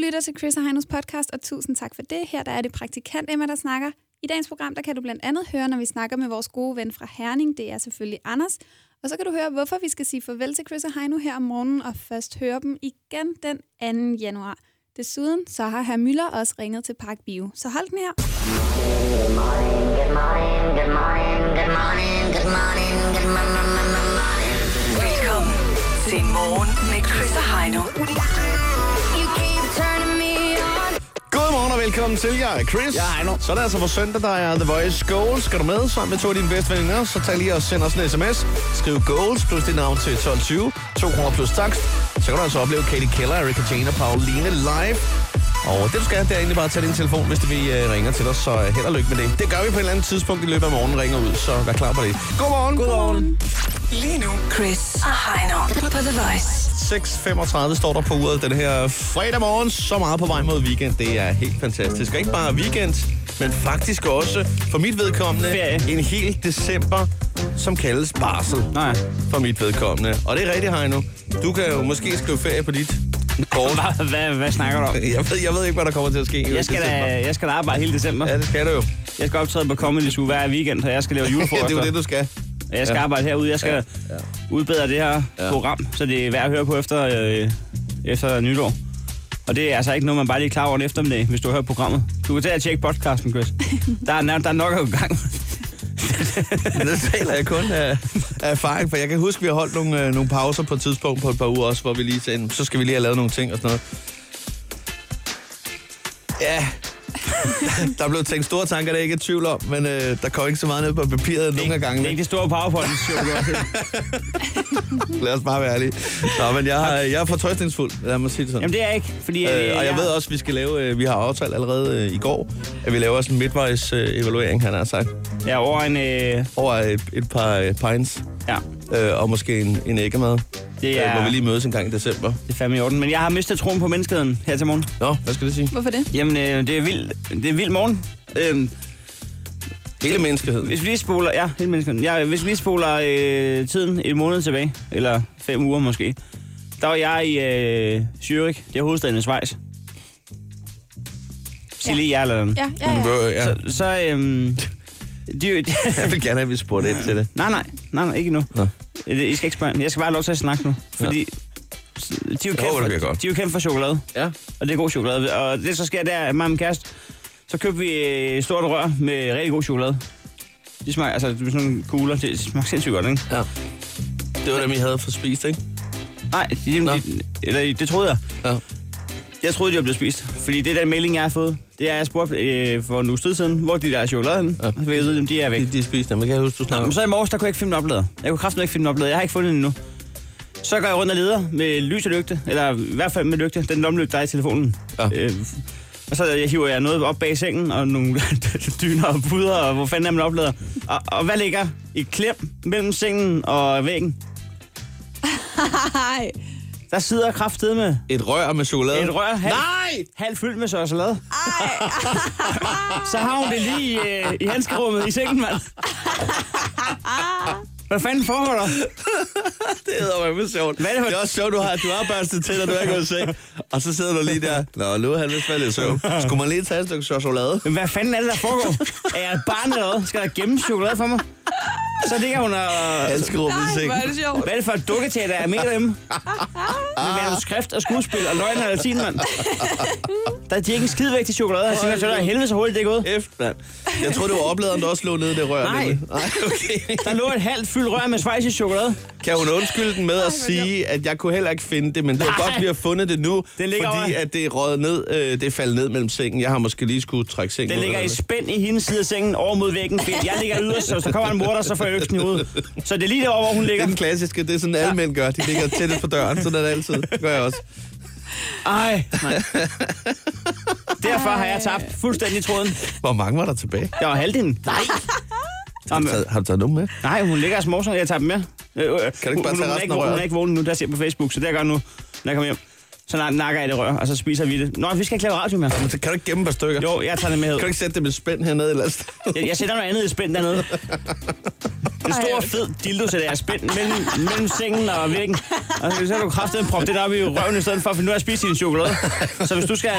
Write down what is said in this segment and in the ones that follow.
lytter til Chris og Heinos podcast, og tusind tak for det. Her der er det praktikant Emma, der snakker. I dagens program der kan du blandt andet høre, når vi snakker med vores gode ven fra Herning. Det er selvfølgelig Anders. Og så kan du høre, hvorfor vi skal sige farvel til Chris og Heino her om morgenen, og først høre dem igen den 2. januar. Desuden så har hr. Müller også ringet til Park Bio. Så hold den her. Good morning, good morning, good morning, good morning, good morning, good morning. Velkommen til Morgen med Chris og Heino. You keep turning me on. Godmorgen og velkommen til jer, Chris. Ja, Heino. Så er det altså på søndag, der er The Voice Goals. Skal du med sammen med 2 af dine bedste veninder, så tag lige og send os en sms. Skriv Goals plus dit navn til 1220. 2 kroner plus takst. Så kan du altså opleve Katie Keller, Erika Jane og Pauline live. Og det du skal, det er egentlig bare at tage din telefon, hvis vi ringer til dig. Så held og lykke med det. Det gør vi på et eller andet tidspunkt i løbet af morgenen, ringer ud. Så vær klar på det. Godmorgen. Godmorgen. Lige nu, Chris og Heino på The Voice. 6:35 står der på uret den her fredag morgen. Så meget på vej mod weekend. Det er helt fantastisk. Og ikke bare weekend, men faktisk også for mit vedkommende Ferie. en hel december, som kaldes barsel. Nej. For mit vedkommende. Og det er rigtigt, Heino. Du kan jo måske skrive ferie på dit kort. Hvad snakker du om? Jeg ved ikke, hvad der kommer til at ske. Jeg skal da arbejde hele december. Ja, det skal du jo. Jeg skal optræde på Comedy Zoo hver weekend, og jeg skal lave julefrokoster. Det er jo det, du skal. Jeg skal arbejde herude. Jeg skal udbedre det her program, så det er værd at høre på efter nytår. Og det er altså ikke noget, man bare lige er klar over en eftermiddag, hvis du hører programmet. Du kan tage og tjekke podcasten, Chris. Der er nok af gang. Men det taler jeg kun af erfaring, for jeg kan huske, at vi har holdt nogle pauser på et tidspunkt på et par uger også, hvor vi lige sagde, så skal vi lige have lavet nogle ting og sådan noget. Ja, der er blevet tænkt store tanker, det er ikke et tvivl om, men der kommer ikke så meget ned på papiret nogle af gangene. Det er ikke det store PowerPoint-show, du har set. Lad os bare være ærlige. Så, men jeg er fortrøstningsfuld, lad mig sige det sådan. Jamen det er jeg ikke, fordi... Og jeg ved også, at vi skal lave, vi har aftalt allerede i går, at vi laver også en midtvejs evaluering, han har sagt. Ja, Over et par pints. Ja. Og måske en æggemad. Det er... Hvor vi lige mødes en gang i december. Det er fandme i orden. Men jeg har mistet troen på menneskeheden her til morgen. Nå, hvad skal det sige? Hvorfor det? Jamen, det er vild morgen. Hele menneskeheden. Hvis vi spoler... Ja, hele menneskeheden. Ja, hvis vi spoler tiden en måned tilbage, eller 5 uger måske, der var jeg i Zürich, det er hovedstaden i Schweiz. Sig lige ja eller Ja. Så jeg vil gerne have, at vi spurgte ind til det. Nej, ikke nu. Nå. I skal ikke spørge. Jeg skal bare have lov til at snakke nu. Fordi de er jo kendt for chokolade. Ja. Og det er god chokolade. Og det så sker der, at mig og min kæreste, så købte vi et stort rør med rigtig god chokolade. De smager, altså sådan nogle kugler, det smager sindssygt godt, ikke? Ja. Det var dem, I havde for spist, ikke? Nej, det troede jeg. Ja. Jeg troede, de var blevet spist. Fordi det er den melding, jeg har fået. Det er, jeg spurgte for en uge siden, hvor de der chokoladen, og så ved jeg, de er væk. De er spist, men kan jeg huske, du snakker. Men så i morges, der kunne jeg ikke finde den oplader. Jeg kunne kraftigt ikke finde den oplader. Jeg har ikke fundet den endnu. Så går jeg rundt og leder med lys og lygte, eller i hvert fald med lygte, den lommelygte, der er i telefonen. Ja. Og så hiver jeg noget op bag sengen, og nogle dyner og puder, og hvor fanden er man oplader. Og hvad ligger i klem mellem sengen og væggen? Der sidder kraftedeme med et rør med chokolade. Et rør halvt fyldt med chokolade. Så har hun det lige i handskerummet i sengen, mand. Hvad fanden foregår der? Det er sjovt. Det er også sjovt, du har børstet til, og du er gået i seng. Og så sidder du lige der. Nå, nu er han vist faldet i søvn. Skulle man lige tage et stykke chokolade? Men hvad fanden er det, der foregår? Er jeg et barn eller hvad? Skal der gemme chokolade for mig? Så ligger hun og... Handskerummet i sengen. Hvad er det for et dukketeater, der er med dem? Med manuskrift og skuespil og løgn og latin, mand. Der er de ikke en skid væk til chokolade. Jeg tænker, der er helvede så hurtigt, det er gået. Mand. Jeg troede, det var opladeren, der også lå nede i det rør. Nej, okay. Der lå et halvt fyldt rør med schweizisk chokolade. Kan hun undskylde den med at sige, at jeg kunne heller ikke finde det, men det var godt, vi har fundet det nu, fordi at det er røget ned, det er faldet ned mellem sengen. Jeg har måske lige skulle trække sengen. Det ligger i spænd i hendes side af sengen over mod væggen. Jeg ligger yderst, så der kommer en morder, så får jeg øksen i hovedet. Så det er lige derovre, hvor hun ligger. Det er den klassiske, det er sådan alle mænd gør. De ligger tættest på døren, sådan er det altid. Det gør jeg også. Ej, nej. Derfor har jeg tabt fuldstændig tråden. Hvor mange var der tilbage? Jeg var halvdelen. Nej. Har du taget nogen med? Nej, hun ligger og småser, jeg tager dem med. Kan du ikke bare tage resten af røret? Hun er ikke vågen nu, der ser på Facebook, så det jeg gør nu, når jeg kommer hjem. Så nakker jeg det rør, og så spiser vi det. Nå, vi skal ikke lave radio mere. Men kan du ikke gemme et par stykker? Jo, jeg tager det med. Kan du ikke sætte det med spænd hernede eller jeg sætter noget andet i spænd dernede. en stor fed dildo til deres spænd mellem sengen og væggen. Og så har du kraftigt proppe det der op i røven i stedet for, for nu har jeg spist din chokolade. Så hvis du skal...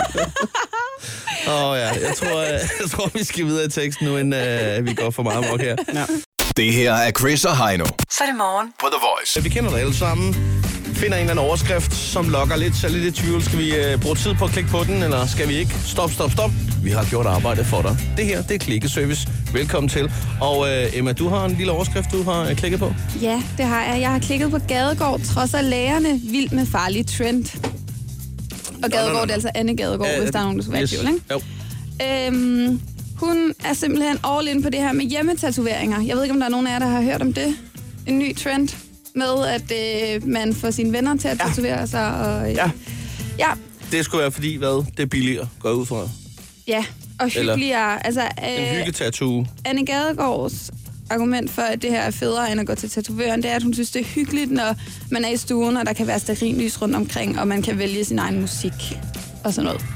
Jeg tror, vi skal videre i teksten nu, inden vi går for meget amok her. Ja. Det her er Chris og Heino Så er det morgen. på The Voice. Vi kender det alle sammen. Finder en eller anden overskrift, som lokker lidt, så lidt i tvivl. Skal vi bruge tid på at klikke på den, eller skal vi ikke? Stop. Vi har gjort arbejdet for dig. Det her, det er klikkeservice. Velkommen til. Og Emma, du har en lille overskrift, du har klikket på. Ja, det har jeg. Jeg har klikket på Gadegaard, trods af lærerne vild med farlig trend. Og Gadegaard, det er altså Anne Gadegaard, hvis der er nogen, der skal være i tvivl, ikke? Jo. Hun er simpelthen all in på det her med hjemmetatoveringer. Jeg ved ikke, om der er nogen af jer, der har hørt om det. En ny trend med, at man får sine venner til at tatovere sig. Og, ja. Det skulle være fordi, hvad? Det er billigere, går jeg ud fra. Ja, og hyggeligere. Altså, En hyggetattoo. Anne Gadegaards argument for, at det her er federe end at gå til tatovøren, det er, at hun synes, det er hyggeligt, når man er i stuen, og der kan være stearinlys rundt omkring, og man kan vælge sin egen musik og sådan noget.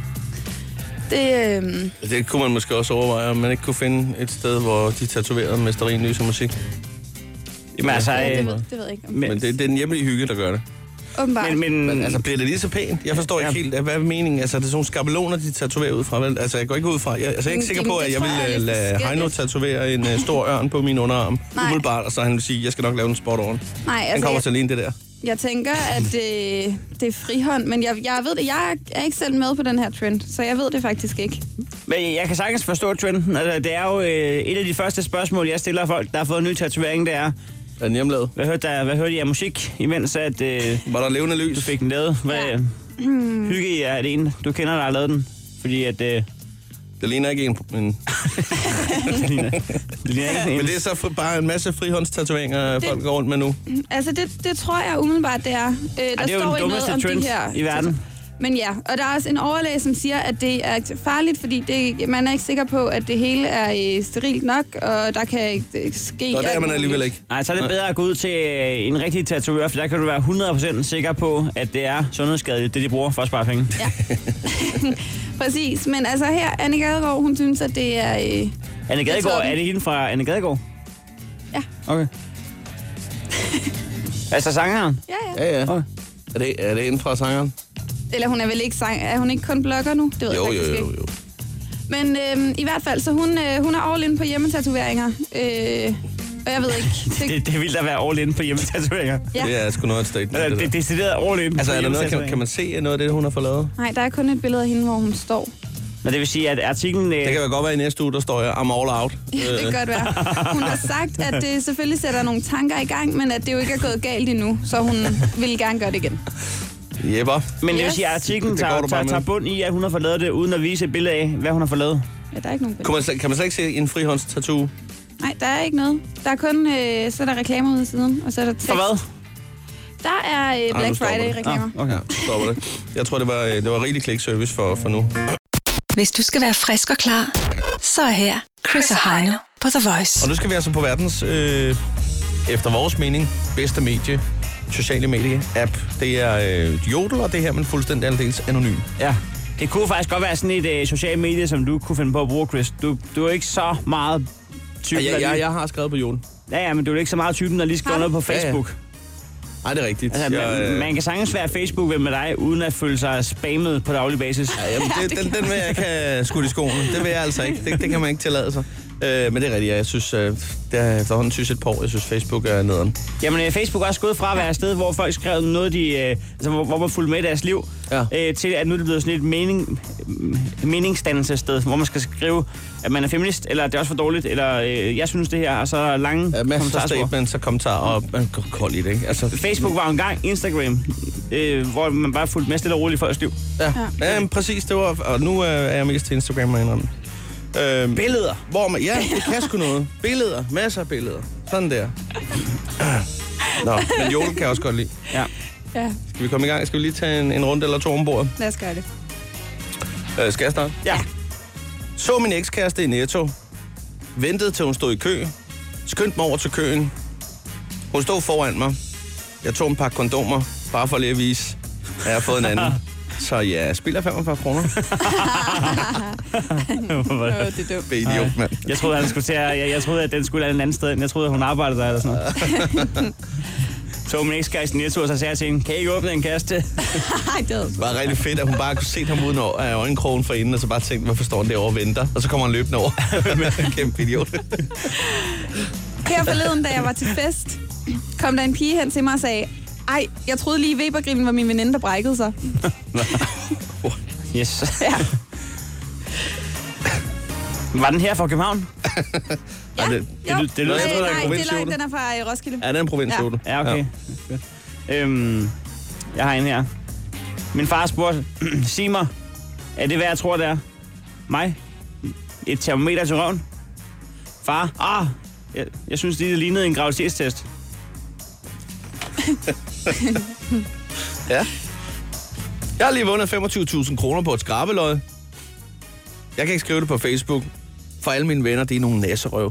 Det kunne man måske også overveje, om man ikke kunne finde et sted, hvor de tatoverede med stearinlys og musik. Jamen altså... det ved jeg ikke. Men det er den hjemlige hygge, der gør det. Åbenbart. Men Altså, bliver det lige så pænt? Jeg forstår ikke helt, hvad er meningen? Altså, det er sådan nogle skabeloner, de tatoverer ud fra. Vel? Altså, jeg går ikke ud fra... Jeg er ikke sikker på, at jeg vil lade Heino tatovere en stor ørn på min underarm. Umiddelbart, og så han vil sige, jeg skal nok lave en sport over. Nej, altså... Den kommer til alene, det der. Jeg tænker, at det er frihånd, men jeg ved det. Jeg er ikke selv med på den her trend, så jeg ved det faktisk ikke. Men jeg kan sagtens forstå trenden. Altså, det er jo et af de første spørgsmål, jeg stiller folk, der har fået en ny tatovering, det er... Er den hjemmelavet? Hvad hørte I af musik, imens at... Var der levende lys? Du fik den lavet. Hygge I er det en, du kender, der har lavet den? Fordi at... Det ligner ikke en, men... det ligner ikke en. Men det er så bare en masse frihåndstatoveringer, folk går rundt med nu. Altså, det tror jeg umiddelbart, det er. Der det er jo står den ikke dummeste noget om trend de her i verden. Men ja, og der er også en overlæge, som siger, at det er farligt, fordi man er ikke sikker på, at det hele er sterilt nok, og der kan ikke ske... Og det er man alligevel ikke. Nej, så er det bedre at gå ud til en rigtig tatovør, for der kan du være 100% sikker på, at det er sundhedsskadeligt, det de bruger for at spare penge. Ja. Præcis, men altså her, Anne Gadegaard, hun synes, at det er... Anne Gadegaard, er det hende fra Anne Gadegaard? Ja. Okay. Altså sangeren? Ja. Okay. Er det inden fra sangeren? Eller hun er vel ikke er hun ikke kun blogger nu? Det ved jeg faktisk ikke. Jo. Men i hvert fald, så hun er all in på hjemmetatoveringer. Og jeg ved ikke... Det er vildt at være all in på hjemmetatoveringer. Ja. Det er sgu noget et statement. Det er decideret all in. Altså, er der noget, kan man se noget af det, hun har fået lavet? Nej, der er kun et billede af hende, hvor hun står. Men det vil sige, at artiklen... Det kan godt være i næste uge, der står jeg, I'm all out. Ja, det kan godt være. Hun har sagt, at det selvfølgelig sætter nogle tanker i gang, men at det jo ikke er gået galt endnu, så hun vil gerne gøre det igen. Jepper. Men det vil sige, at artiklen tager bund i, at hun har fået lavet det, uden at vise et billede af, hvad hun har fået lavet. Ja, der er ikke nogen billede. Kan man slet ikke se en frihåndstattoo? Nej, der er ikke noget. Der er kun så er der reklamer ude i siden, og så er der tekst. For hvad? Der er Black Friday-reklamer. Okay. Stopper det. Jeg tror, det var rigtig klikservice for nu. Hvis du skal være frisk og klar, så er her Chris og Heino på The Voice. Og nu skal vi altså på verdens, efter vores mening, bedste medie, sociale medie-app. Det er Jodel, og det her, men fuldstændig aldeles anonym. Ja. Det kunne faktisk godt være sådan et socialt medie, som du kunne finde på at bruge, Chris. Du er ikke så meget typen, jeg har skrevet på Jodel. Ja, men du er ikke så meget typen, der lige skriver noget på Facebook. Ja. Nej, det er rigtigt. Altså, man kan sagtens være Facebook med dig, uden at føle sig spammet på daglig basis. Ja, jamen, den vil jeg ikke have skudt i skoene. Det vil jeg altså ikke. Det kan man ikke tillade sig. Men det er rigtigt, jeg synes, det er efterhånden et par år, jeg synes, Facebook er nederen. Jamen, Facebook er også gået fra at være et sted, hvor folk skrev noget, hvor man fulgte med i deres liv, til at nu er det blevet sådan et meningsdannelsessted, hvor man skal skrive, at man er feminist, eller det er også for dårligt, eller jeg synes det her, og så lange masser af statements og kommentarer, og man går kold i det, ikke? Altså, Facebook var engang Instagram, hvor man bare fulgte med stille og roligt i folks liv. Ja, præcis, det var, og nu er jeg mest til Instagram og indrømme. Billeder. Hvor man, ja, det kan sgu noget. Billeder, masser af billeder. Sådan der. Nå, men Jodel kan også godt lide. Ja. Skal vi komme i gang? Skal vi lige tage en runde eller to ombord? Lad os gøre det. Skal jeg starte? Ja. Så min ekskæreste i Netto. Ventede til hun stod i kø. Skyndte mig over til køen. Hun stod foran mig. Jeg tog en pakke kondomer, bare for lige at vise, at jeg har fået en anden. Så ja, spiller 45 kroner. Det er dumt. Idiot, mand. Jeg troede, jeg troede, at den skulle en anden sted. Jeg troede, at hun arbejdede der eller sådan noget. Så min ekskæreste Netto, så sagde jeg til hende, kan I ikke åbne en kasse? Det var rigtig fedt, at hun bare kunne se ham uden af øjenkrogen for inden, og så bare tænkte, hvorfor står han derovre og venter? Og så kommer han løbende over. Kæmpe idiot. Her forleden, da jeg var til fest, kom der en pige hen til mig og sagde, ej, jeg troede lige Webergrillen var min veninde, der brækkede sig. Yes. Ja. Var den her fra København? Ja, det lyder, nej, provinsshjulet. den er fra Roskilde. Ja, den er en provinsshjulet. Ja, okay. Ja. Jeg har en her. Min far spurgte, sig mig, er det hvad jeg tror, det er? Mig? Et termometer til røven? Far? Jeg synes, det lignede en graviditetstest. Ja. Jeg har lige vundet 25.000 kroner på et skrabelod. Jeg kan ikke skrive det på Facebook, for alle mine venner, det er nogle næserøv.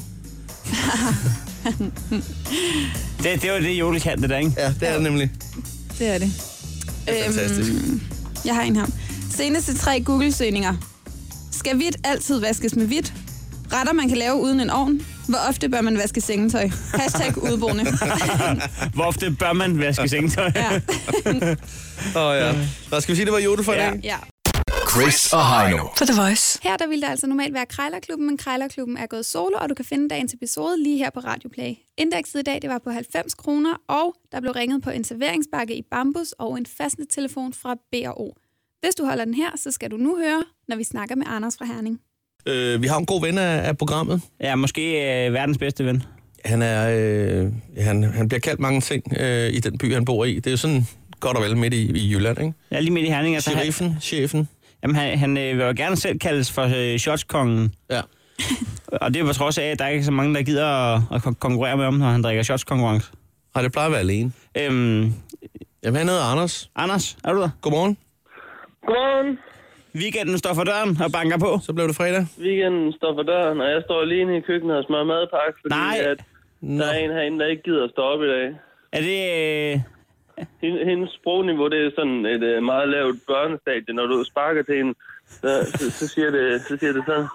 Det var det, Jodel kan, det der, ikke? Ja, det er det nemlig. Det er det. Det er fantastisk. Jeg har en her. Seneste 3 Google-søgninger. Skal hvidt altid vaskes med hvidt? Retter, man kan lave uden en ovn? Hvor ofte bør man vaske sengetøj? #udboende. Hvor ofte bør man vaske sengetøj? Ja. Ja. Så skal vi sige, det var Jodel for i dag? Ja. Chris og Heino. På The Voice. Her der ville der altså normalt være Krejlerklubben, men Krejlerklubben er gået solo, og du kan finde dagens episode lige her på Radio Play. Indekset i dag, det var på 90 kroner, og der blev ringet på en serveringsbakke i bambus og en fastnettelefon fra B&O. Hvis du holder den her, så skal du nu høre, når vi snakker med Anders fra Herning. Vi har en god ven af programmet. Ja, måske verdens bedste ven. Han er, han bliver kaldt mange ting i den by, han bor i. Det er jo sådan godt og vel midt i Jylland, ikke? Ja, lige midt i Herning. Altså, Chefen. Jamen, han vil jo gerne selv kaldes for shotskongen. Ja. Og det er på trods af, at der ikke er så mange, der gider at konkurrere med ham, når han drikker shotskonkurrence. Nej, det plejer at være alene. Jamen, han hedder Anders. Anders, er du der? Godmorgen. Godmorgen. Weekenden står for døren og banker på. Så blev det fredag. Weekenden står for døren, og jeg står alene i køkkenet og smører madpakke, fordi at der er en herinde, der ikke gider at stå op i dag. Er det... Hendes sprogniveau, det er sådan et meget lavt børnestadie. Når du sparker til hende, så siger det sådan.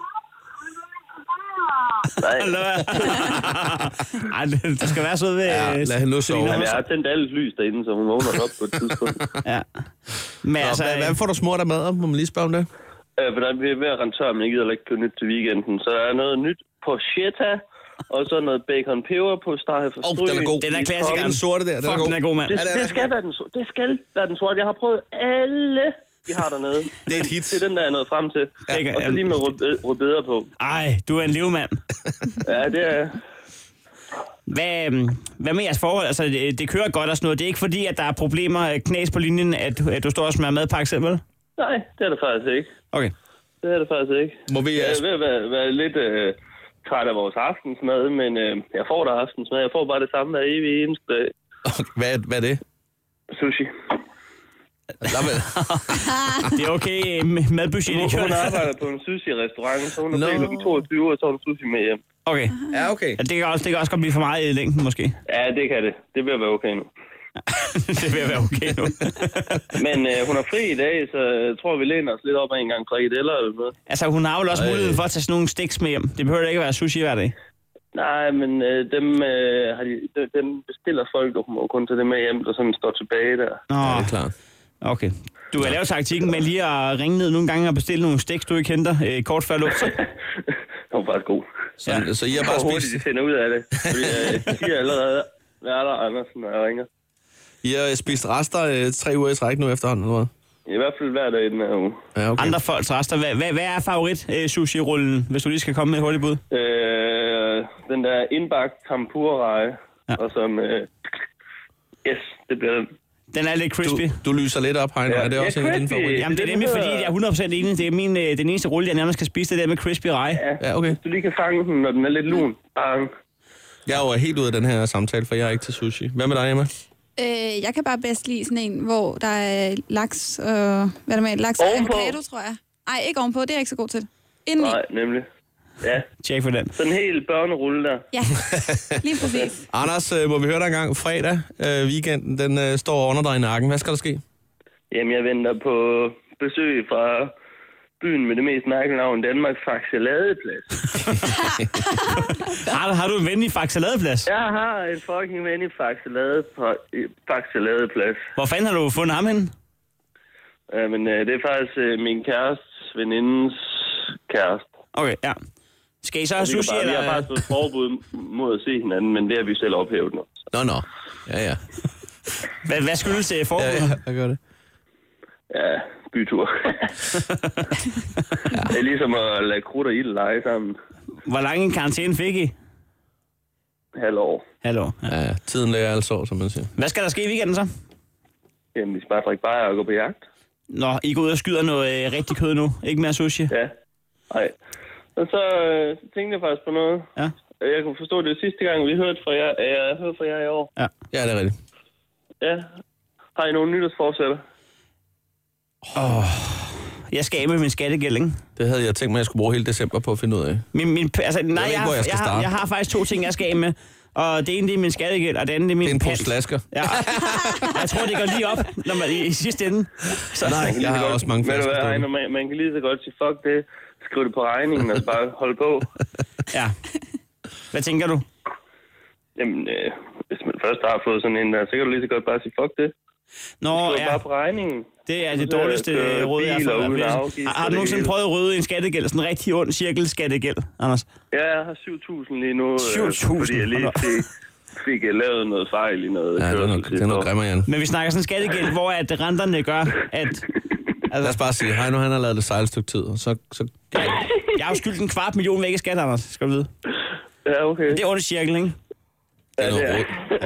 Nej. Ej, det skal være så ved... Ja, lad hende nu sove. Jeg har tændt alle lys derinde, så hun vågner op på et tidspunkt. Ja. Men altså... Hvad får du smurt af mad? Må man lige spørge om det? For der er ved at rende tør, men jeg gider ikke købe nyt til weekenden. Så der er noget nyt porchetta, og så noget bacon peber på steg for stryg. Den er god. Den er klassikeren. Den sorte der. Fuck, den er god, mand. Det skal være den sorte. Jeg har prøvet alle, de har dernede. Det er et hit. Det er den, der er nået frem til. Ja. Og så lige med rødbeder på. Ej, du er en livmand. Ja, det er... Hvad med jeres forhold? Altså, det kører godt og sådan noget. Det er ikke fordi, at der er problemer, knas på linjen, at du står og smager madpakke selv, vel? Nej, det er det faktisk ikke. Okay. Det er det faktisk ikke. Må vi... Jeg er ved at være lidt træt af vores aftensmad, men jeg får der aftensmad. Jeg får bare det samme hver evig eneste dag. Hvad er det? Sushi. Det er okay madbudget. Hun arbejder på en sushi-restaurant, så hun er fri kl. 22, og så har hun sushi med hjem. Okay. Ja, okay. Ja, det kan også godt blive for meget i længden, måske. Ja, det kan det. Det vil være okay nu. Det vil være okay nu. Men hun er fri i dag, så jeg tror, vi læner os lidt op af en gang frikadeller eller noget. Altså, hun har jo også mulighed for at tage sådan nogle stiks med hjem. Det behøver ikke at være sushi hver dag. Nej, men dem bestiller folk, og hun må kun tage det med hjem, der sådan står tilbage der. Nå, Ja, det er klart. okay. Du kan lave taktikken med lige at ringe ned nogle gange og bestille nogle stiks, du ikke henter kort før luft. Det var faktisk god. Så I har bare Hvor hurtigt spist... de finder ud af det. Fordi jeg siger allerede, hvad er der, Andersen, når jeg ringer? I har spist rester 3 uger i træk nu efterhånden, eller hvad? I hvert fald hver dag i den her uge. Ja, okay. Andre folks rester. Hvad er favorit sushi-rullen, hvis du lige skal komme med et hurtigt bud? Den der indbagt tempura-reje. Ja. Og så med... Yes, det bliver den. Den er lidt crispy. Du lyser lidt op, Heino. Ja, er det også en af dine crispy. favoritter? Jamen, det er nemlig fordi, jeg er 100% enig. Det er den eneste rulle, jeg nærmest skal spise, det der med crispy reje. Ja, okay. Hvis du lige kan fange den, når den er lidt lun. Bang. Jeg er jo helt ude af den her samtale, for jeg er ikke til sushi. Hvad med dig, Emma? Jeg kan bare bedst lide sådan en, hvor der er laks og... Hvad er det med? Laks og Ovenpå. avocado, tror jeg. Nej, ikke ovenpå. Det er jeg ikke så god til. Indeni. Nej, nemlig. Ja, Tjek for den. sådan en hel børnerulle der. Ja, lige præcis. Anders, må vi høre dig en gang? Fredag, weekenden, den står under dig i nakken. Hvad skal der ske? Jamen, jeg venter på besøg fra byen med det mest mærkelige navn, Danmark, Faxe Ladeplads. Har du en ven i Faxe Ladeplads? Jeg har en fucking ven i Faxe Ladeplads. Hvor fanden har du fundet ham henne? Men det er faktisk min kærestes venindens kæreste. Okay, ja. Skal I så have sushi, eller? Vi har faktisk fået forbud mod at se hinanden, men det har vi selv ophævet nu. Nå. Ja. Hvad skyldes forbud? Ja, hvad gør det? Ja, bytur. Det er ligesom at lade krudt og ild lege sammen. Hvor lang en karantæne fik I? Halvår. Ja, tiden lærer altså år, som man siger. Hvad skal der ske i weekenden så? Jamen, vi skal bare drikke bajer og gå på jagt. Nå, I går ud og skyder noget rigtig kød nu. Ikke mere sushi? Ja. Nej. Og så tænkte jeg faktisk på noget. Ja. Jeg kunne forstå, det sidste gang, vi hørte fra jer. Jeg hørte fra jer i år. Ja, det er rigtigt. Ja. Har I nogle nytårsforsætter? Jeg skal af med min skattegæld, ikke? Det havde jeg tænkt mig, at jeg skulle bruge hele december på at finde ud af. Jeg har faktisk 2 ting, jeg skal af med. Og det ene, det er min skattegæld, og det andet, det er min pant. Det er en pose slasker. Ja. Jeg tror, det går lige op, når man i sidste ende. Så nej, jeg har også mange flasker. Man kan lige så godt sige, fuck det. Skriv det på regningen, og bare holde på. Ja. Hvad tænker du? Jamen, hvis man først har fået sådan en der, så kan du lige så godt bare sige, fuck det. Nå, ja. Bare på regningen. Det er det dårligste råd, jeg har fået. Har du nogensinde prøvet at rydde en skattegæld? Sådan en rigtig ond cirkelskattegæld, Anders? Ja, jeg har 7.000 lige nu. 7.000? Fordi jeg lige fik lavet noget fejl i noget. Ja, det er noget grimmere, Jan. Men vi snakker sådan en skattegæld, hvor at renterne gør, at... Lad os bare sige, hej nu, han har lavet det sejle et stykke tid, og så... Jeg har jo skyldt 250.000 væk i skat, Anders, skal du vide. Ja, okay. Det er ondt cirkel, ikke? Det er noget råd.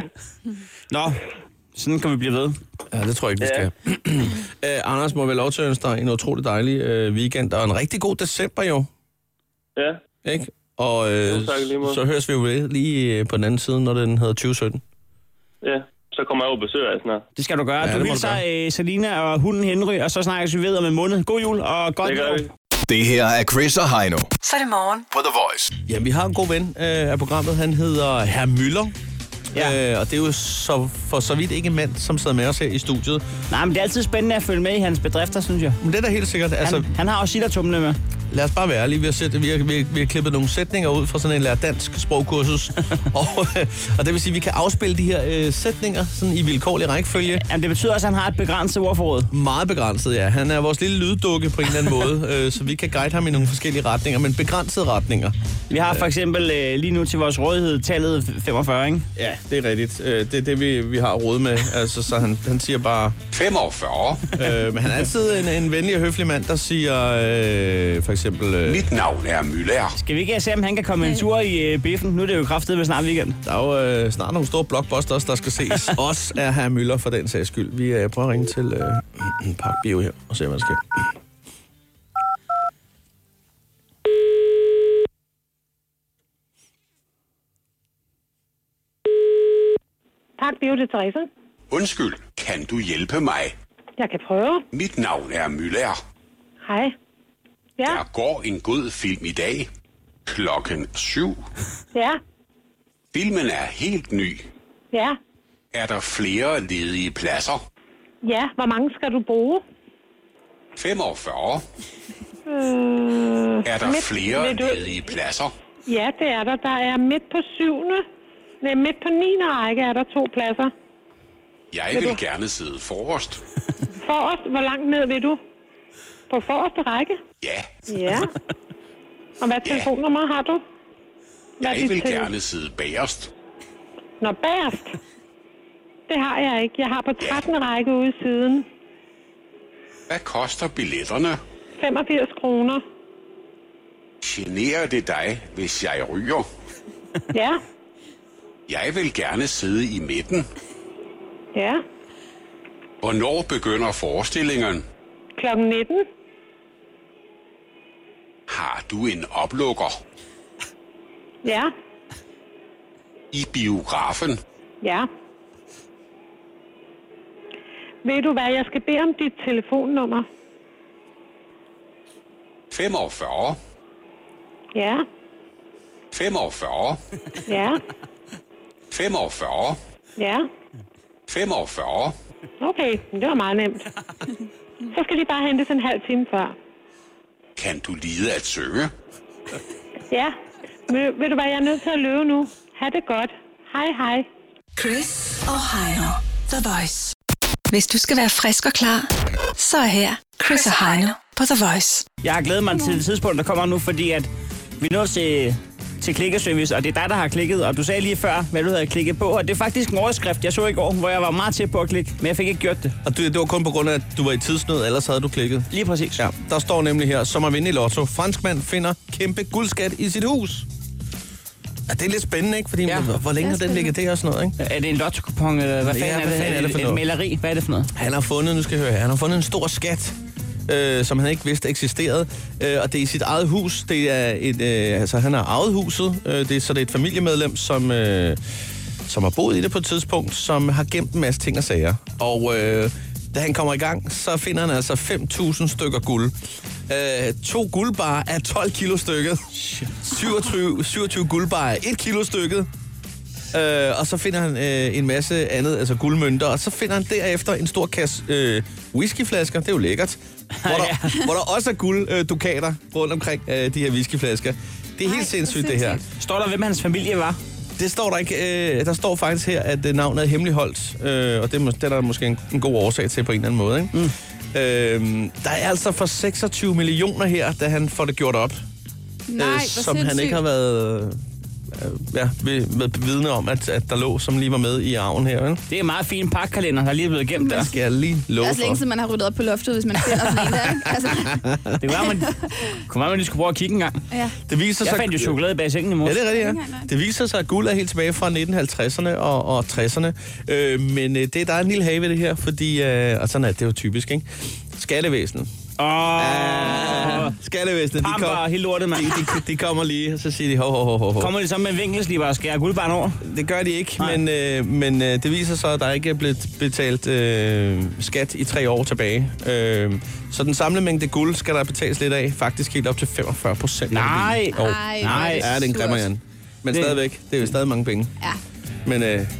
Nå, sådan kan vi blive ved. Ja, det tror jeg ikke, vi skal. Anders, må vel lov til at ønske dig en utrolig dejlig weekend, og en rigtig god december jo. Ja. Ikke? Og så høres vi jo ved lige på den anden side, når den hedder 2017. Ja, så kommer jeg over og besøger jer snart. Det skal du gøre. Ja, du hilser Selina og hunden Henry, og så snakkes vi ved om en måned. God jul og godt jul. Det her er Chris og Heino. Så er det morgen på The Voice. Ja, vi har en god ven af programmet. Han hedder Herr Müller. Ja. Og det er jo for så vidt ikke en mand, som sidder med os her i studiet. Nej, men det er altid spændende at følge med i hans bedrifter, synes jeg. Men det er da helt sikkert. Han har også sit at tumle med. Lad os bare være ærlige. Vi har klippet nogle sætninger ud fra sådan en lærer dansk sprogkursus. og det vil sige, at vi kan afspille de her sætninger sådan i vilkårlig rækkefølge. Jamen, det betyder også, at han har et begrænset ordforråd. Meget begrænset, ja. Han er vores lille lyddukke på en eller anden måde, så vi kan guide ham i nogle forskellige retninger, men begrænsede retninger. Vi har for eksempel lige nu til vores rådighed tallet 45, ikke? Ja, det er rigtigt. Det er det, vi har råd med. Altså, så han siger bare... 45. Men han er altid en venlig og høflig mand, der siger for eksempel... Mit navn er Müller. Skal vi ikke se, om han kan komme en tur i biffen? Nu er det jo kraftigt med snart weekend. Der er jo snart nogle store blockbusters, der skal ses. Også er Herr Müller for den sags skyld. Vi prøver at ringe til Park Bio her og se, hvad der sker. Park Bio til Therese. Undskyld, kan du hjælpe mig? Jeg kan prøve. Mit navn er Müller. Hej. Ja. Der går en god film i dag. 7:00. Ja. Filmen er helt ny. Ja. Er der flere ledige pladser? Ja, hvor mange skal du bruge? 45. Er der flere ledige pladser? Ja, det er der. Der er midt på 7. Nej, midt på 9. række er der 2 pladser. Jeg vil gerne sidde forrest. Forrest? Hvor langt ned vil du? På forreste række? Ja. Ja. Og hvad telefonnummer har du? Jeg vil gerne sidde bagerst. Nå, bagerst? Det har jeg ikke. Jeg har på 13. række ude i siden. Hvad koster billetterne? 85 kroner. Generer det dig, hvis jeg ryger? Ja. Jeg vil gerne sidde i midten. Ja. Hvornår begynder forestillingen? 19. Har du en oplukker? Ja. I biografen? Ja. Ved du hvad, jeg skal bede om dit telefonnummer. 45. Ja. 45. Ja. 45. Ja. 45. Okay, det var meget nemt. Så skal de bare hentes en halv time før. Kan du lide at synge? Ja. Ved du hvad, jeg er nødt til at løbe nu. Ha' det godt. Hej, hej. Chris og Heino. The Voice. Hvis du skal være frisk og klar, så er her Chris og Heino på The Voice. Jeg har glædet mig til det tidspunkt, der kommer nu, fordi at vi nåede til klikkeservice, og det er dig, der har klikket, og du sagde lige før, hvad du havde klikket på, og det er faktisk en overskrift, jeg så i går, hvor jeg var meget tæt på at klikke, men jeg fik ikke gjort det. Og det var kun på grund af, at du var i tidsnød, ellers havde du klikket? Lige præcis. Ja, der står nemlig her, som at vinde i lotto. Franskmand finder kæmpe guldskat i sit hus. Ja, det er lidt spændende, ikke? Fordi hvor længe har den ligget der og sådan noget, ikke? Er det en lotto-kupon, eller hvad fanden er det? Et maleri? Hvad er det for noget? Han har fundet, nu skal jeg høre, han har fundet en stor skat, som han ikke vidste eksisterede. Og det er i sit eget hus. Det er altså han har arvet huset. Så det er et familiemedlem, som har boet i det på et tidspunkt, som har gemt en masse ting og sager. Og da han kommer i gang, så finder han altså 5.000 stykker guld. 2 guldbarer er 12 kilo stykket. 27 guldbarer er 1 kilo stykket. Og så finder han en masse andet, altså guldmønter. Og så finder han derefter en stor kasse whiskyflasker. Det er jo lækkert. Hvor der også er gulddukater rundt omkring de her whiskyflasker. Det er helt sindssygt, det her. Står der, hvem hans familie var? Det står der ikke. Der står faktisk her, at navnet er hemmeligholdt. Og det er der måske en god årsag til på en eller anden måde, ikke? Der er altså for 26 millioner her, da han får det gjort op. Som han ikke har været vidne om, at der lå, som lige var med i arven her. Vel? Det er en meget fin pakkalender, der lige er blevet gemt der. Det skal jeg lige love for. Det er længe siden, man har ryddet op på loftet, hvis man finder sådan en der. Altså. Det kunne man lige skulle prøve at kigge en gang. Ja. Det viser jeg fandt jo chokolade bag sengen i morges. Ja, det er rigtigt, ja. Det viser sig, at guld er helt tilbage fra 1950'erne og 60'erne. Men der er en lille have ved det her, fordi, og sådan er det jo typisk, ikke? Skattevæsenet. Skattevæsenet, de kommer lige, og så siger de ho. Kommer de så med vinkelsliber og skærer guldbarn over? Det gør de ikke, men det viser sig, at der ikke er blevet betalt skat i 3 år tilbage. Så den samlede mængde guld skal der betales lidt af, faktisk helt op til 45%. Nej. Ja, det er en grimmer, Jan. Men stadigvæk, det er jo stadig mange penge. Ja. Men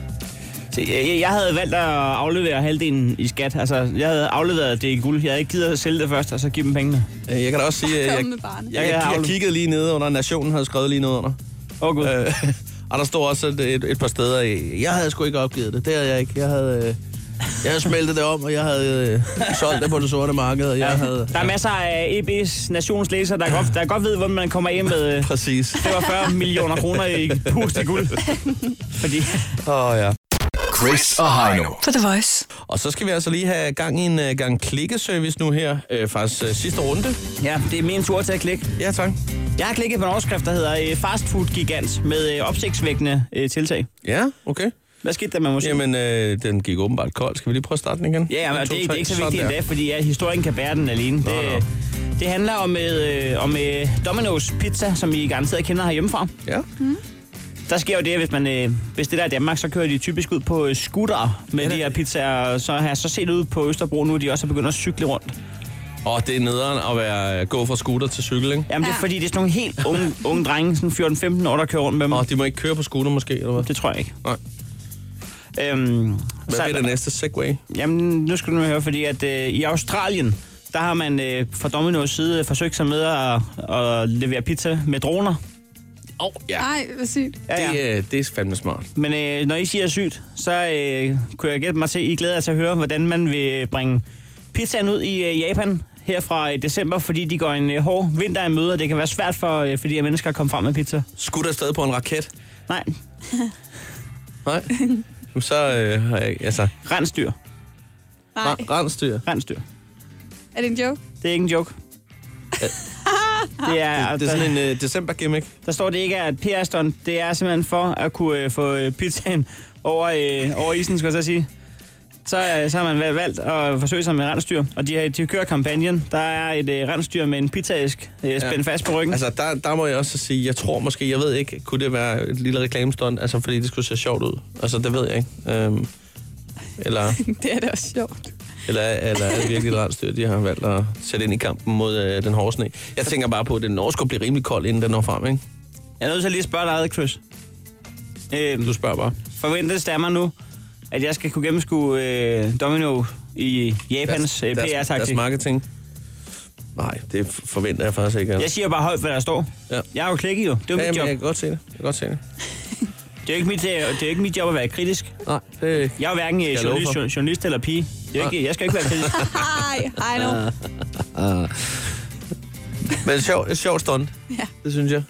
jeg havde valgt at aflevere halvdelen i skat. Altså, jeg havde afleveret det i guld. Jeg havde ikke givet at sælge det først, og så give dem pengene. Jeg kan da også sige, at jeg kiggede lige nede under, Nationen havde skrevet lige nede under. God. Og der stod også et par steder. Jeg havde sgu ikke opgivet det. Det havde jeg ikke. Jeg havde smeltet det om, og jeg havde solgt det på det sorte marked. Og der er masser af EB's nationslæser, der godt ved, hvordan man kommer hjem med præcis 45 millioner kroner i pust i guld. Fordi... ja. Chris og Heino på The Voice. Og så skal vi altså lige have gang i en gang klikkeservice nu her. Faktisk sidste runde. Ja, det er min tur til at klikke. Ja, tak. Jeg har klikket på en overskrift, der hedder fastfood-gigant med opsigtsvækkende tiltag. Ja, okay. Hvad skete der med musikken? Jamen, den gik åbenbart kold. Skal vi lige prøve at starte den igen? Ja, men det er ikke så vigtigt endda, fordi historien kan bære den alene. Det handler om Domino's Pizza, som I garanteret kender herhjemmefra. Ja. Der sker jo det, hvis det der er Danmark, så kører de typisk ud på scooter med de her pizzaer. Så har jeg så set ud på Østerbro nu, de også er begyndt at cykle rundt. Det er nederen at gå fra scooter til cykel, ikke? Jamen, det er fordi, det er sådan nogle helt unge drenge, sådan 14-15 år, der kører rundt med dem. De må ikke køre på scooter måske, eller hvad? Det tror jeg ikke. Nej. Hvad er det næste segway? Jamen, nu skal du høre, fordi at i Australien, der har man fra Domino's side forsøgt sig med at levere pizza med droner. Ja. Ej, hvor sygt. Ja. Det er fandme smart. Men når I siger sygt, så kunne jeg gætte mig til, I glæder jer til at høre, hvordan man vil bringe pizzaen ud i Japan her fra december, fordi de går en hård vinter i møde, og det kan være svært for de her mennesker at komme frem med pizza. Skulle der stadig på en raket? Nej. Nej? Så har jeg altså... Rensdyr. Nej. Rensdyr? Rensdyr. Er det en joke? Det er ikke en joke. Det er sådan en december-gimmick. Der står det ikke, at PR-stunt, det er simpelthen for at kunne få pizzaen over isen, skal jeg så sige. Så har man valgt at forsøge sig med rensdyr, og de kører kampagnen. Der er et rensdyr med en pizzaæsk spændt fast på ryggen. Altså, der må jeg også sige, jeg tror måske, jeg ved ikke, kunne det være et lille reklamestunt, altså fordi det skulle se sjovt ud. Altså, det ved jeg ikke. Eller... Det er da også sjovt. Eller er det virkelig et rensdyr, de har valgt at sætte ind i kampen mod den hårde sne? Jeg tænker bare på, at den skulle blive rimelig kold, inden den når frem, ikke? Jeg er nødt til at lige spørge dig, Chris. Du spørger bare. Forventes det af mig nu, at jeg skal kunne gennemskue i Japans PR-taktik? Deres marketing? Nej, det forventer jeg faktisk ikke. Jeg siger bare højt, hvad der står. Ja. Jeg er jo klikket jo. Det er jo mit job. Jeg kan godt se det. Det er jo ikke mit job at være kritisk. Nej, det... Jeg er jo hverken journalist eller pige. Jeg skal ikke være kritisk. Hej nu. Men et sjovt stunt. Ja. Det synes jeg.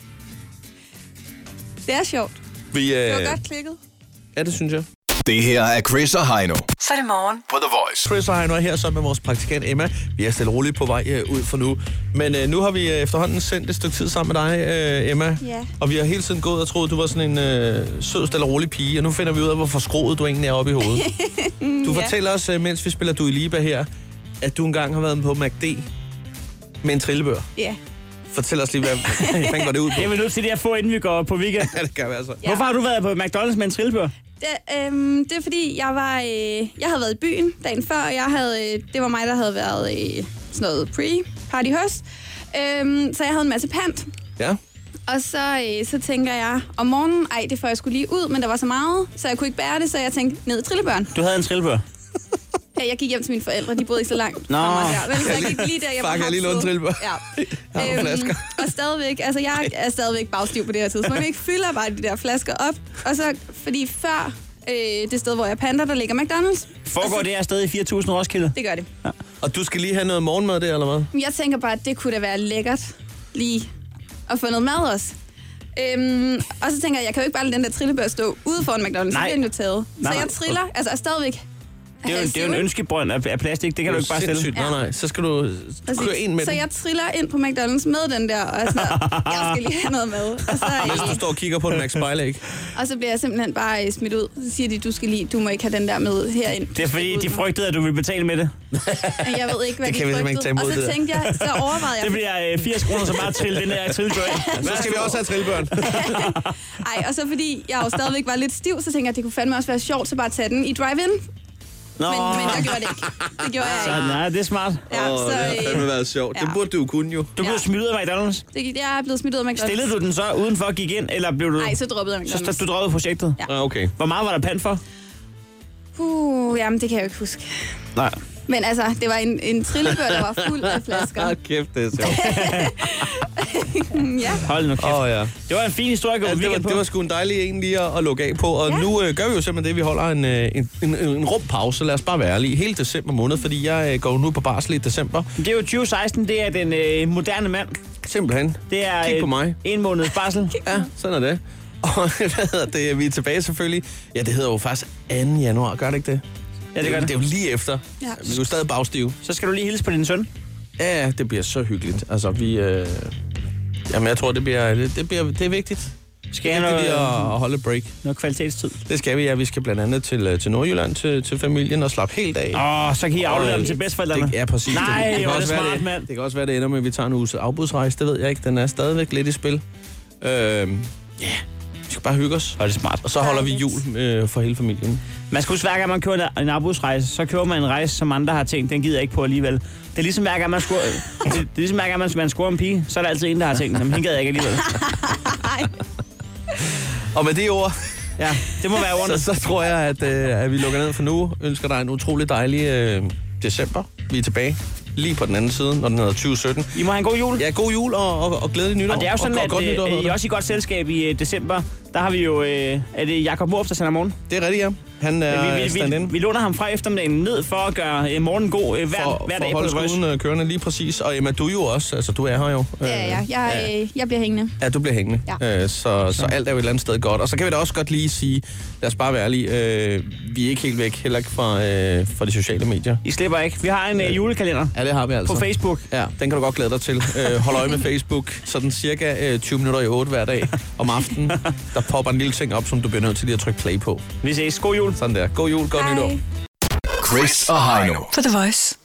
Det er sjovt. Det var godt klikket. Ja, det synes jeg. Det her er Chris og Heino Så er det morgen. på The Voice. Chris og Heino er her sammen med vores praktikant Emma. Vi er stille og roligt på vej ud for nu. Men nu har vi efterhånden sendt et stykke tid sammen med dig, Emma. Ja. Og vi har hele tiden gået og troet, du var sådan en sød, stille og rolig pige. Og nu finder vi ud af, hvor forskroet du egentlig er oppe i hovedet. Du fortæller os, mens vi spiller Du i Liba her, at du engang har været på McD med en trillebør. Ja. Fortæl os lige, hvad fanden går det ud på? Det er vi nødt til det at få, inden vi går på weekend. Ja, det kan være så. Ja. Hvorfor har du været på McDonald's med en trillebør? Det er fordi, jeg havde været i byen dagen før, og det var mig, der havde været i sådan noget pre-party hos. Så jeg havde en masse pant. Ja. Og så tænker jeg, om morgenen, det får jeg skulle lige ud, men der var så meget, så jeg kunne ikke bære det, så jeg tænkte, ned i trillebøren. Du havde en trillebør? Ja, jeg gik hjem til mine forældre, de boede ikke så langt Nå. fra mig der. Så jeg gik lige der, jeg var jeg lige låne en trillebør. Ja. Jeg har flasker. Og stadigvæk, altså jeg er stadigvæk bagstiv på det her tidspunkt. Jeg ikke fylder bare de der flasker op. Og så, fordi før det sted, hvor jeg panter, der ligger McDonald's. Foregår det her sted i 4.000 Roskilde? Det gør det. Ja. Og du skal lige have noget morgenmad der, eller hvad? Jeg tænker bare, at det kunne da være lækkert lige at få noget mad også. Og så tænker jeg kan jo ikke bare lade den der trillebør stå ude foran McDonald's, så bliver den jo taget. Så jeg triller, altså er stadigvæk. Det er jo en ønskebrønd af plastik, det kan du ikke bare stille. Ja. Nej, så skal du køre ind med så den. jeg triller ind på McDonald's med den der, og sådan, jeg skal lige have noget mad. Og så, mens du står og kigger på en McSpileæg. Og så bliver jeg simpelthen bare smidt ud. Så siger de, du må ikke have den der med herind. Det er fordi, de frygtede, at du ville betale med det. Jeg ved ikke, hvad det de kan vi frygtede. Og så tænkte jeg, så overvejede jeg. Det bliver 80 kroner, så bare trille den der trillebør. Så skal vi også have trillebøren. Og så fordi jeg jo stadigvæk var lidt stiv, så tænkte jeg, at det kunne fandme også være sjovt, så bare tage den i drive-in. Men jeg gjorde det ikke. Det gjorde jeg ikke. Nej, det er smart. Ja, det har fandme været sjovt. Det burde du jo kunne jo. Du blev smidt af McDonald's? Jeg er blevet smidt ud af McDonald's. Stillede du den så udenfor og gik ind, eller blev du... Nej, så droppede jeg McDonald's. Så du droppede projektet? Ja. Okay. Hvor meget var der pant for? Jamen det kan jeg jo ikke huske. Nej. Men altså, det var en trillebør, der var fuld af flasker. Kæft, det er sjovt. Ja. Hold nu kæft. Ja. Det var en fin historie at gå weekend på. Det var sgu en dejlig en lige at lukke af på. Og nu gør vi jo simpelthen det, vi holder en rumpause. Lad os bare være ærlige. Hele december måned, fordi jeg går nu på barsel i december. Det er jo 2016, det er den moderne mand. Simpelthen. Det er kig på mig. En måneds barsel. Ja, sådan er det. Og hvad hedder det? Vi er tilbage selvfølgelig. Ja, det hedder jo faktisk 2. januar, gør det ikke det? Ja, det gør det. Det er jo lige efter. Ja. Vi er jo stadig bagstive. Så skal du lige hilse på din søn. Ja, det bliver så hyggeligt. Altså, jamen, jeg tror, det er vigtigt. Skal det er vigtigt at holde et break. Noget kvalitetstid. Det skal vi, ja. Vi skal blandt andet til Nordjylland, til familien og slappe helt af. Så kan I aflevere dem til bedstforældrene. Ja, præcis. Nej, det kan også smart, være, mand. det kan også være, det ender med, at vi tager en uges afbudsrejse. Det ved jeg ikke. Den er stadigvæk lidt i spil. Vi skal bare hygge os. Og det er smart. Og så holder vi jul for hele familien. Man skal huske, hver gang man kører en afbudsrejse, så kører man en rejse, som andre har tænkt, den gider jeg ikke på alligevel. Det er ligesom hver gang, man scorer en pige, så er der altid en, der har tænkt, hende gad jeg ikke alligevel. Og med det ord, ja, det må være ordentligt. så tror jeg, at vi lukker ned for nu. Ønsker dig en utrolig dejlig december. Vi er tilbage lige på den anden side, når den hedder 2017. I må have en god jul. Ja, god jul og glædelig nytår. Og det er jo sådan, at I er også i godt selskab i december. Der har vi jo, er det Jakob Morup, der sender morgen? Det er rigtigt, ja. Han er stand-in. Vi låner ham fra eftermiddagen ned for at gøre morgenen god hver dag på The Voice. For at holde skolen kørende lige præcis. Og Emma, du er jo også, altså du er her jo. Ja. Jeg bliver hængende. Ja, du bliver hængende. Ja. Så alt er jo et eller andet sted godt. Og så kan vi da også godt lige sige, lad os bare være ærlige, vi er ikke helt væk, heller ikke fra de sociale medier. I slipper ikke. Vi har en julekalender. Ja, det har vi altså. På Facebook. Ja, den kan du godt glæde dig til. Hold øje med Facebook, sådan cirka 20 minutter i 8 hver dag om aftenen. Der popper en lille ting op, som du bliver nødt til lige at trykke play på. Vi ses. God jul. Sådan der. God jul, godt nytår. Chris og Heino På The Voice.